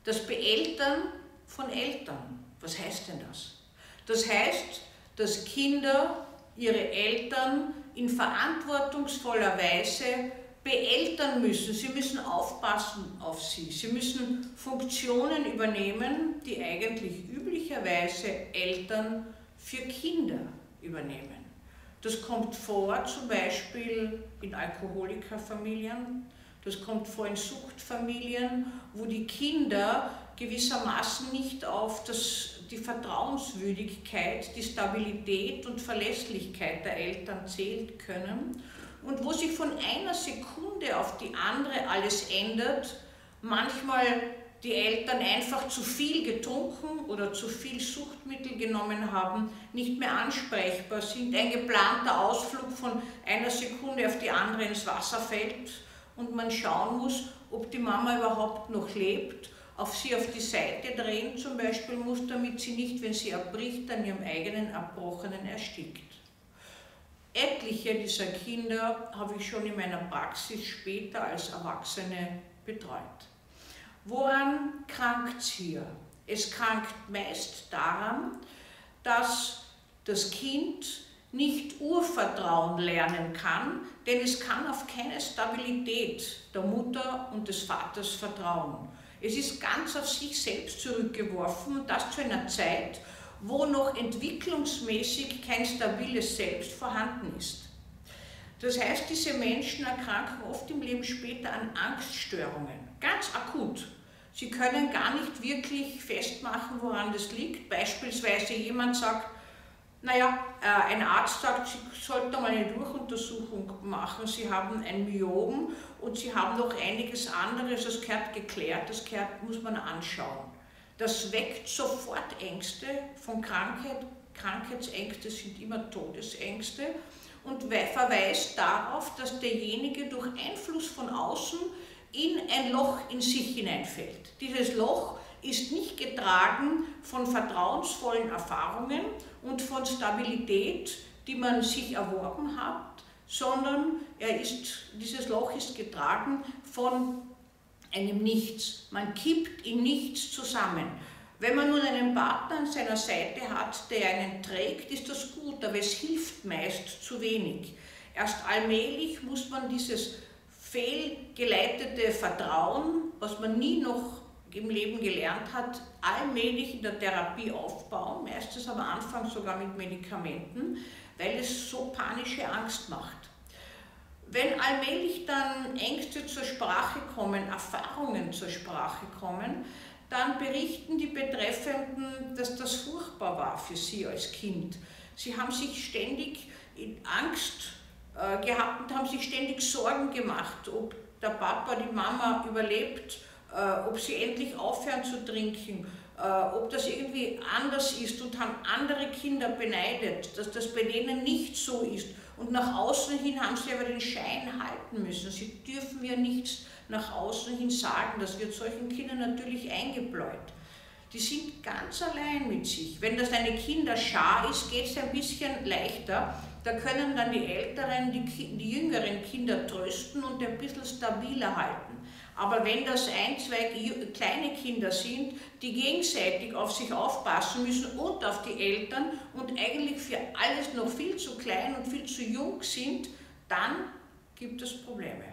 Das Beeltern von Eltern. Was heißt denn das? Das heißt, dass Kinder ihre Eltern in verantwortungsvoller Weise beeltern müssen. Sie müssen aufpassen auf sie. Sie müssen Funktionen übernehmen, die eigentlich üblicherweise Eltern für Kinder übernehmen. Das kommt vor zum Beispiel in Alkoholikerfamilien, das kommt vor in Suchtfamilien, wo die Kinder gewissermaßen nicht auf die Vertrauenswürdigkeit, die Stabilität und Verlässlichkeit der Eltern zählen können und wo sich von einer Sekunde auf die andere alles ändert, manchmal die Eltern einfach zu viel getrunken oder zu viel Suchtmittel genommen haben, nicht mehr ansprechbar sind, ein geplanter Ausflug von einer Sekunde auf die andere ins Wasser fällt und man schauen muss, ob die Mama überhaupt noch lebt, auf sie auf die Seite drehen zum Beispiel muss, damit sie nicht, wenn sie erbricht, an ihrem eigenen Erbrochenen erstickt. Etliche dieser Kinder habe ich schon in meiner Praxis später als Erwachsene betreut. Woran krankt es hier? Es krankt meist daran, dass das Kind nicht Urvertrauen lernen kann, denn es kann auf keine Stabilität der Mutter und des Vaters vertrauen. Es ist ganz auf sich selbst zurückgeworfen und das zu einer Zeit, wo noch entwicklungsmäßig kein stabiles Selbst vorhanden ist. Das heißt, diese Menschen erkranken oft im Leben später an Angststörungen, ganz akut. Sie können gar nicht wirklich festmachen, woran das liegt. Beispielsweise jemand sagt, naja, ein Arzt sagt, Sie sollten mal eine Durchuntersuchung machen, Sie haben ein Myom und Sie haben noch einiges anderes, das gehört geklärt, das muss man anschauen. Das weckt sofort Ängste von Krankheit. Krankheitsängste sind immer Todesängste und verweist darauf, dass derjenige durch Einfluss von außen in ein Loch in sich hineinfällt. Dieses Loch ist nicht getragen von vertrauensvollen Erfahrungen und von Stabilität, die man sich erworben hat, sondern dieses Loch ist getragen von einem Nichts. Man kippt in nichts zusammen. Wenn man nun einen Partner an seiner Seite hat, der einen trägt, ist das gut, aber es hilft meist zu wenig. Erst allmählich muss man dieses fehlgeleitete Vertrauen, was man nie noch im Leben gelernt hat, allmählich in der Therapie aufbauen, meistens am Anfang sogar mit Medikamenten, weil es so panische Angst macht. Wenn allmählich dann Ängste zur Sprache kommen, Erfahrungen zur Sprache kommen, dann berichten die Betreffenden, dass das furchtbar war für sie als Kind. Sie haben sich ständig in Angst gehabt und haben sich ständig Sorgen gemacht, ob der Papa, die Mama überlebt, ob sie endlich aufhören zu trinken, ob das irgendwie anders ist und haben andere Kinder beneidet, dass das bei denen nicht so ist. Und nach außen hin haben sie aber den Schein halten müssen. Sie dürfen ja nichts nach außen hin sagen. Das wird solchen Kindern natürlich eingebläut. Die sind ganz allein mit sich. Wenn das eine Kinderschar ist, geht es ein bisschen leichter. Da können dann die Älteren, die jüngeren Kinder trösten und ein bisschen stabiler halten. Aber wenn das ein, zwei kleine Kinder sind, die gegenseitig auf sich aufpassen müssen und auf die Eltern und eigentlich für alles noch viel zu klein und viel zu jung sind, dann gibt es Probleme.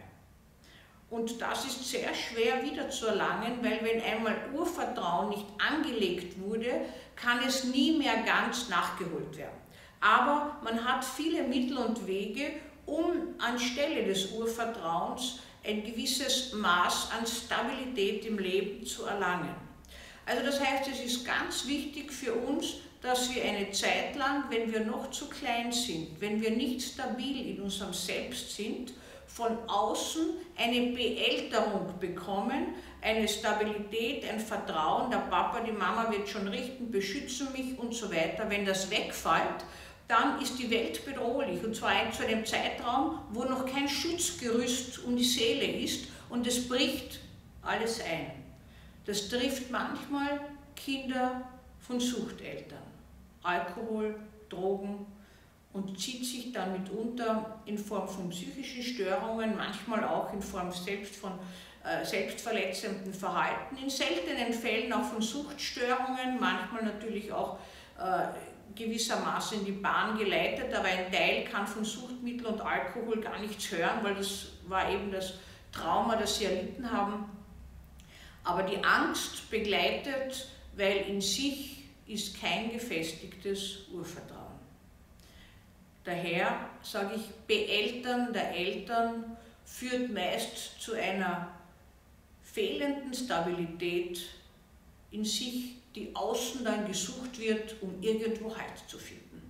Und das ist sehr schwer wiederzuerlangen, weil wenn einmal Urvertrauen nicht angelegt wurde, kann es nie mehr ganz nachgeholt werden. Aber man hat viele Mittel und Wege, um anstelle des Urvertrauens ein gewisses Maß an Stabilität im Leben zu erlangen. Also das heißt, es ist ganz wichtig für uns, dass wir eine Zeit lang, wenn wir noch zu klein sind, wenn wir nicht stabil in unserem Selbst sind, von außen eine Beälterung bekommen, eine Stabilität, ein Vertrauen, der Papa, die Mama wird schon richten, beschützen mich und so weiter. Wenn das wegfällt, dann ist die Welt bedrohlich und zwar zu einem Zeitraum, wo noch kein Schutzgerüst um die Seele ist und es bricht alles ein. Das trifft manchmal Kinder von Suchteltern, Alkohol, Drogen und zieht sich dann mitunter in Form von psychischen Störungen, manchmal auch in Form selbst von selbstverletzenden Verhalten, in seltenen Fällen auch von Suchtstörungen, manchmal natürlich auch gewissermaßen in die Bahn geleitet, aber ein Teil kann von Suchtmittel und Alkohol gar nichts hören, weil das war eben das Trauma, das sie erlitten haben. Aber die Angst begleitet, weil in sich ist kein gefestigtes Urvertrauen. Daher sage ich, Beeltern der Eltern führt meist zu einer fehlenden Stabilität in sich, die außen dann gesucht wird, um irgendwo Halt zu finden.